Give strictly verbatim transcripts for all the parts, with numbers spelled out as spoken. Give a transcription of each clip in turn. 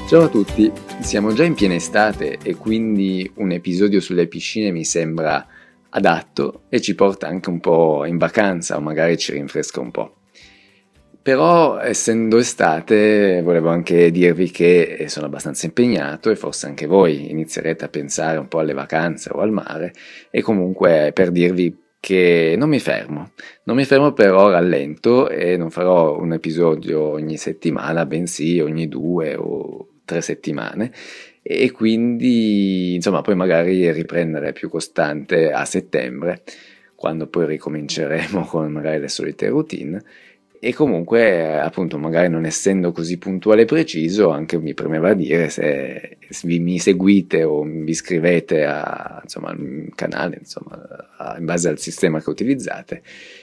Ciao a tutti, siamo già in piena estate e quindi un episodio sulle piscine mi sembra adatto e ci porta anche un po' in vacanza o magari ci rinfresca un po'. Però essendo estate volevo anche dirvi che sono abbastanza impegnato e forse anche voi inizierete a pensare un po' alle vacanze o al mare e comunque per dirvi che non mi fermo, non mi fermo però rallento e non farò un episodio ogni settimana, bensì ogni due o tre settimane e quindi insomma poi magari riprendere più costante a settembre quando poi ricominceremo con magari le solite routine. E comunque, appunto, magari non essendo così puntuale e preciso, anche mi premeva dire se vi mi seguite o vi iscrivete a, insomma, al canale, insomma, a, in base al sistema che utilizzate,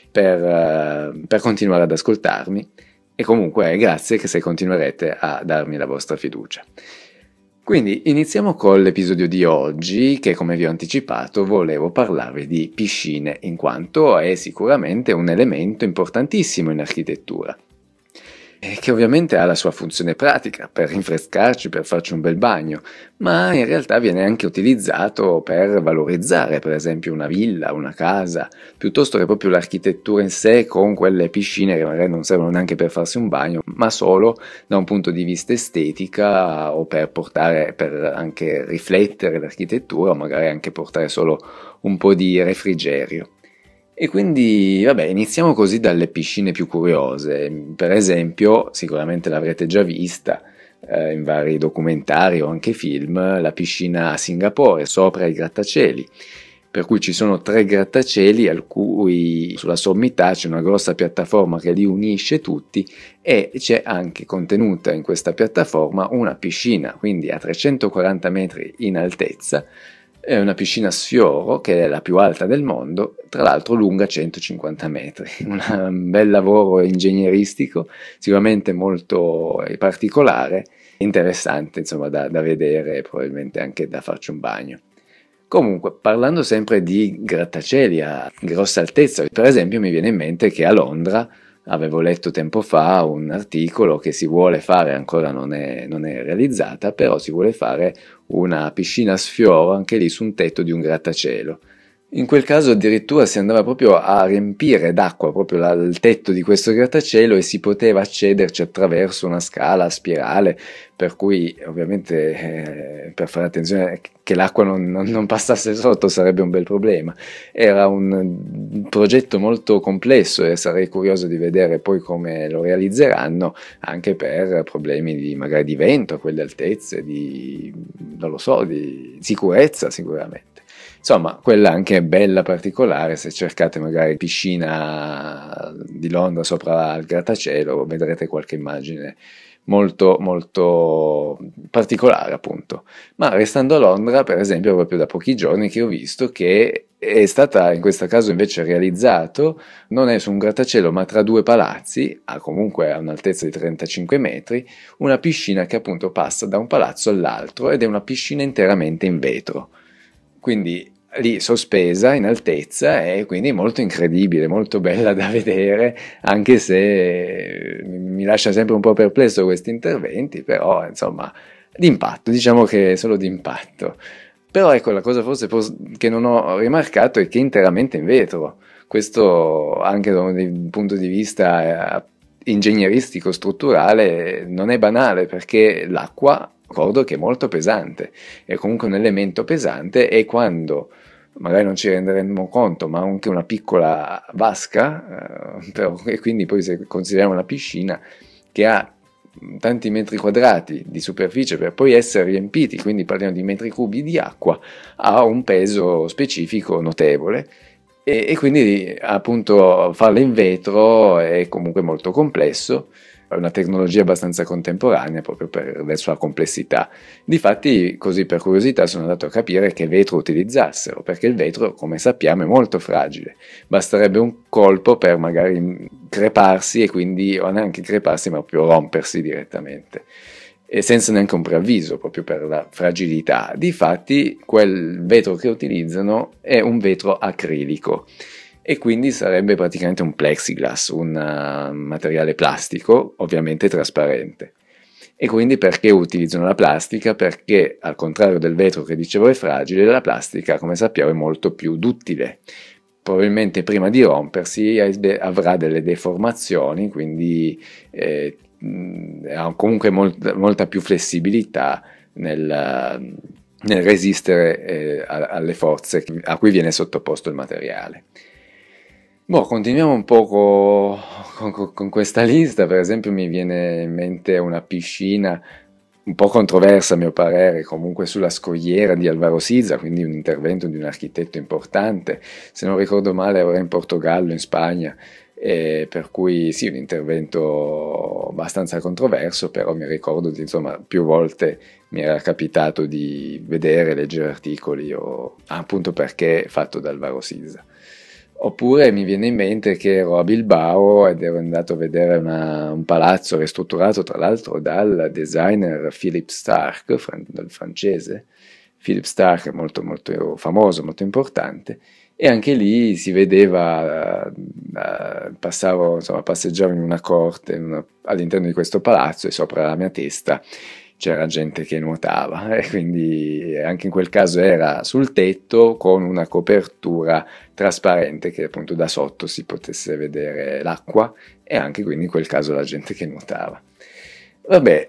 per, per continuare ad ascoltarmi. E comunque grazie che se continuerete a darmi la vostra fiducia. Quindi iniziamo con l'episodio di oggi che, come vi ho anticipato, volevo parlarvi di piscine in quanto è sicuramente un elemento importantissimo in architettura e che ovviamente ha la sua funzione pratica per rinfrescarci, per farci un bel bagno, ma in realtà viene anche utilizzato per valorizzare per esempio una villa, una casa, piuttosto che proprio l'architettura in sé con quelle piscine che magari non servono neanche per farsi un bagno, ma solo da un punto di vista estetica o per portare, per anche riflettere l'architettura o magari anche portare solo un po' di refrigerio. E quindi, vabbè, iniziamo così dalle piscine più curiose. Per esempio, sicuramente l'avrete già vista eh, in vari documentari o anche film, la piscina a Singapore, sopra i grattacieli. Per cui ci sono tre grattacieli al cui sulla sommità c'è una grossa piattaforma che li unisce tutti e c'è anche contenuta in questa piattaforma una piscina, quindi a trecentoquaranta metri in altezza. È una piscina a sfioro che è la più alta del mondo, tra l'altro lunga centocinquanta metri. Un bel lavoro ingegneristico, sicuramente molto particolare, interessante insomma da, da vedere e probabilmente anche da farci un bagno. Comunque, parlando sempre di grattacieli a grossa altezza, per esempio mi viene in mente che a Londra avevo letto tempo fa un articolo che si vuole fare, ancora non è, non è realizzata, però si vuole fare una piscina a sfioro anche lì su un tetto di un grattacielo. In quel caso addirittura si andava proprio a riempire d'acqua proprio la, il tetto di questo grattacielo e si poteva accederci attraverso una scala a spirale, per cui ovviamente eh, per fare attenzione che l'acqua non, non, non passasse sotto sarebbe un bel problema. Era un progetto molto complesso e sarei curioso di vedere poi come lo realizzeranno, anche per problemi di magari di vento a quelle altezze, di non lo so, di sicurezza sicuramente. Insomma, quella anche è bella particolare, se cercate magari piscina di Londra sopra il grattacielo vedrete qualche immagine molto molto particolare appunto. Ma restando a Londra, per esempio, proprio da pochi giorni che ho visto che è stata in questo caso invece realizzato, non è su un grattacielo ma tra due palazzi, ha comunque a un'altezza di trentacinque metri, una piscina che appunto passa da un palazzo all'altro ed è una piscina interamente in vetro. Quindi lì sospesa in altezza e quindi molto incredibile, molto bella da vedere, anche se mi lascia sempre un po' perplesso questi interventi, però insomma d'impatto, diciamo che è solo d'impatto. Però ecco, la cosa forse che non ho rimarcato è che è interamente in vetro, questo anche da un punto di vista ingegneristico, strutturale, non è banale perché l'acqua, ricordo che è molto pesante, è comunque un elemento pesante e quando magari non ci renderemo conto, ma anche una piccola vasca, eh, però, e quindi poi se consideriamo una piscina che ha tanti metri quadrati di superficie per poi essere riempiti, quindi parliamo di metri cubi di acqua, ha un peso specifico notevole. E, e quindi appunto farla in vetro è comunque molto complesso, è una tecnologia abbastanza contemporanea proprio per la sua complessità. Difatti, così per curiosità sono andato a capire che vetro utilizzassero, perché il vetro, come sappiamo, è molto fragile, basterebbe un colpo per magari creparsi e quindi, o neanche creparsi ma proprio rompersi direttamente, e senza neanche un preavviso, proprio per la fragilità. Difatti quel vetro che utilizzano è un vetro acrilico e quindi sarebbe praticamente un plexiglass, un uh, materiale plastico ovviamente trasparente. E quindi perché utilizzano la plastica? Perché al contrario del vetro che dicevo è fragile, la plastica, come sappiamo, è molto più duttile. Probabilmente prima di rompersi avrà delle deformazioni, quindi eh, ha comunque molta, molta più flessibilità nel, nel resistere eh, alle forze a cui viene sottoposto il materiale. Boh, continuiamo un po' con, con, con questa lista. Per esempio mi viene in mente una piscina un po' controversa a mio parere, comunque sulla scogliera di Álvaro Siza, quindi un intervento di un architetto importante, se non ricordo male ora in Portogallo, in Spagna, e per cui sì, un intervento abbastanza controverso, però mi ricordo di, insomma, più volte mi era capitato di vedere, leggere articoli, o appunto perché fatto da Álvaro Siza. Oppure mi viene in mente che ero a Bilbao ed ero andato a vedere una, un palazzo ristrutturato tra l'altro dal designer Philip Starck, fran- dal francese. Philip Starck è molto, molto famoso, molto importante, e anche lì si vedeva, uh, uh, passavo, insomma, passeggiavo in una corte in una, all'interno di questo palazzo, e sopra la mia testa c'era gente che nuotava, e quindi anche in quel caso era sul tetto con una copertura trasparente che appunto da sotto si potesse vedere l'acqua, e anche quindi in quel caso la gente che nuotava. Vabbè,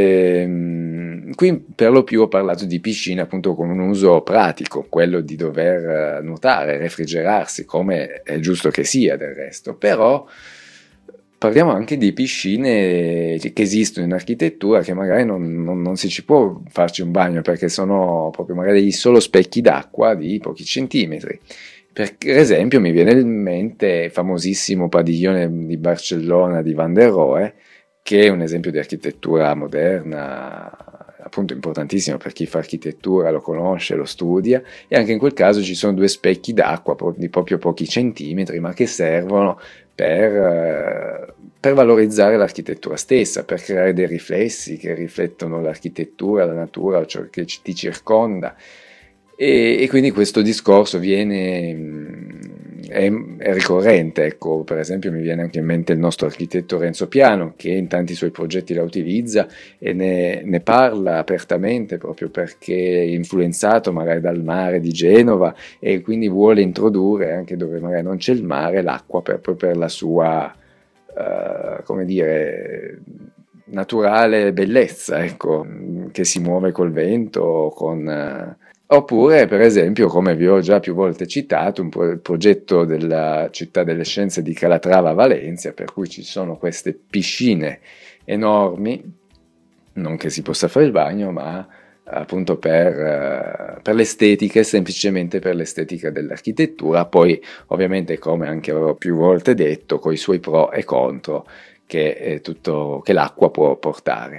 ehm, qui per lo più ho parlato di piscina appunto con un uso pratico, quello di dover nuotare, refrigerarsi, come è giusto che sia del resto, però parliamo anche di piscine che esistono in architettura, che magari non, non, non si ci può farci un bagno perché sono proprio magari solo specchi d'acqua di pochi centimetri. Per esempio mi viene in mente il famosissimo padiglione di Barcellona di Van der Rohe, che è un esempio di architettura moderna, appunto importantissimo per chi fa architettura, lo conosce, lo studia, e anche in quel caso ci sono due specchi d'acqua di proprio pochi centimetri, ma che servono per, per valorizzare l'architettura stessa, per creare dei riflessi che riflettono l'architettura, la natura, ciò che ti circonda. E, e quindi questo discorso viene, è, è ricorrente, ecco, per esempio mi viene anche in mente il nostro architetto Renzo Piano, che in tanti suoi progetti la utilizza e ne, ne parla apertamente proprio perché è influenzato magari dal mare di Genova, e quindi vuole introdurre anche dove magari non c'è il mare l'acqua per, proprio per la sua, uh, come dire, naturale bellezza, ecco, che si muove col vento, con... Uh, Oppure, per esempio, come vi ho già più volte citato, un pro- progetto della Città delle Scienze di Calatrava a Valencia, per cui ci sono queste piscine enormi, non che si possa fare il bagno, ma appunto per, uh, per l'estetica, e semplicemente per l'estetica dell'architettura. Poi, ovviamente, come anche avevo più volte detto, con i suoi pro e contro che, è tutto, che l'acqua può portare.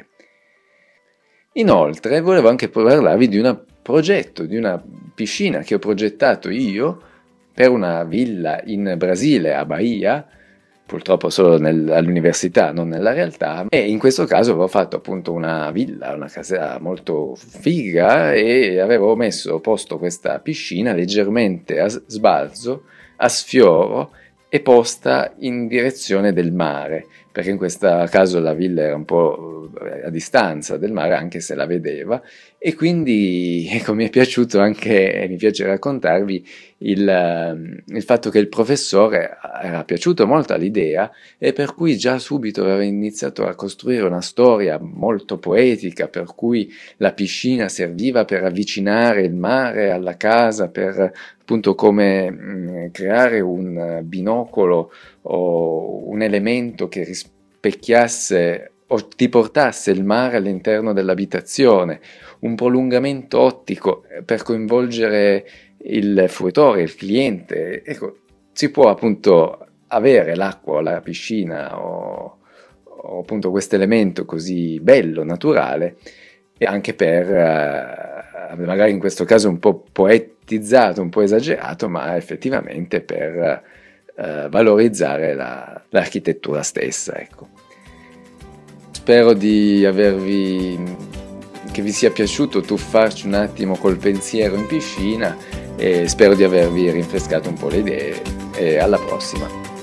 Inoltre, volevo anche parlarvi di un progetto, di una piscina che ho progettato io per una villa in Brasile, a Bahia, purtroppo solo nel, all'università, non nella realtà, e in questo caso avevo fatto appunto una villa, una casa molto figa, e avevo messo, posto questa piscina leggermente a sbalzo, a sfioro, e posta in direzione del mare, perché in questo caso la villa era un po' a distanza del mare, anche se la vedeva, e quindi ecco, mi è piaciuto anche, e mi piace raccontarvi il, il fatto che il professore era piaciuto molto all'idea, e per cui già subito aveva iniziato a costruire una storia molto poetica, per cui la piscina serviva per avvicinare il mare alla casa, per appunto come mh, creare un binocolo o un elemento che rispecchiasse o ti portasse il mare all'interno dell'abitazione, un prolungamento ottico per coinvolgere il fruitore, il cliente. Ecco, si può appunto avere l'acqua o la piscina o, o appunto questo elemento così bello, naturale, e anche per, eh, magari in questo caso un po' poetizzato, un po' esagerato, ma effettivamente per eh, valorizzare la, l'architettura stessa, ecco. Spero di avervi, che vi sia piaciuto tuffarci un attimo col pensiero in piscina, e spero di avervi rinfrescato un po' le idee, e alla prossima.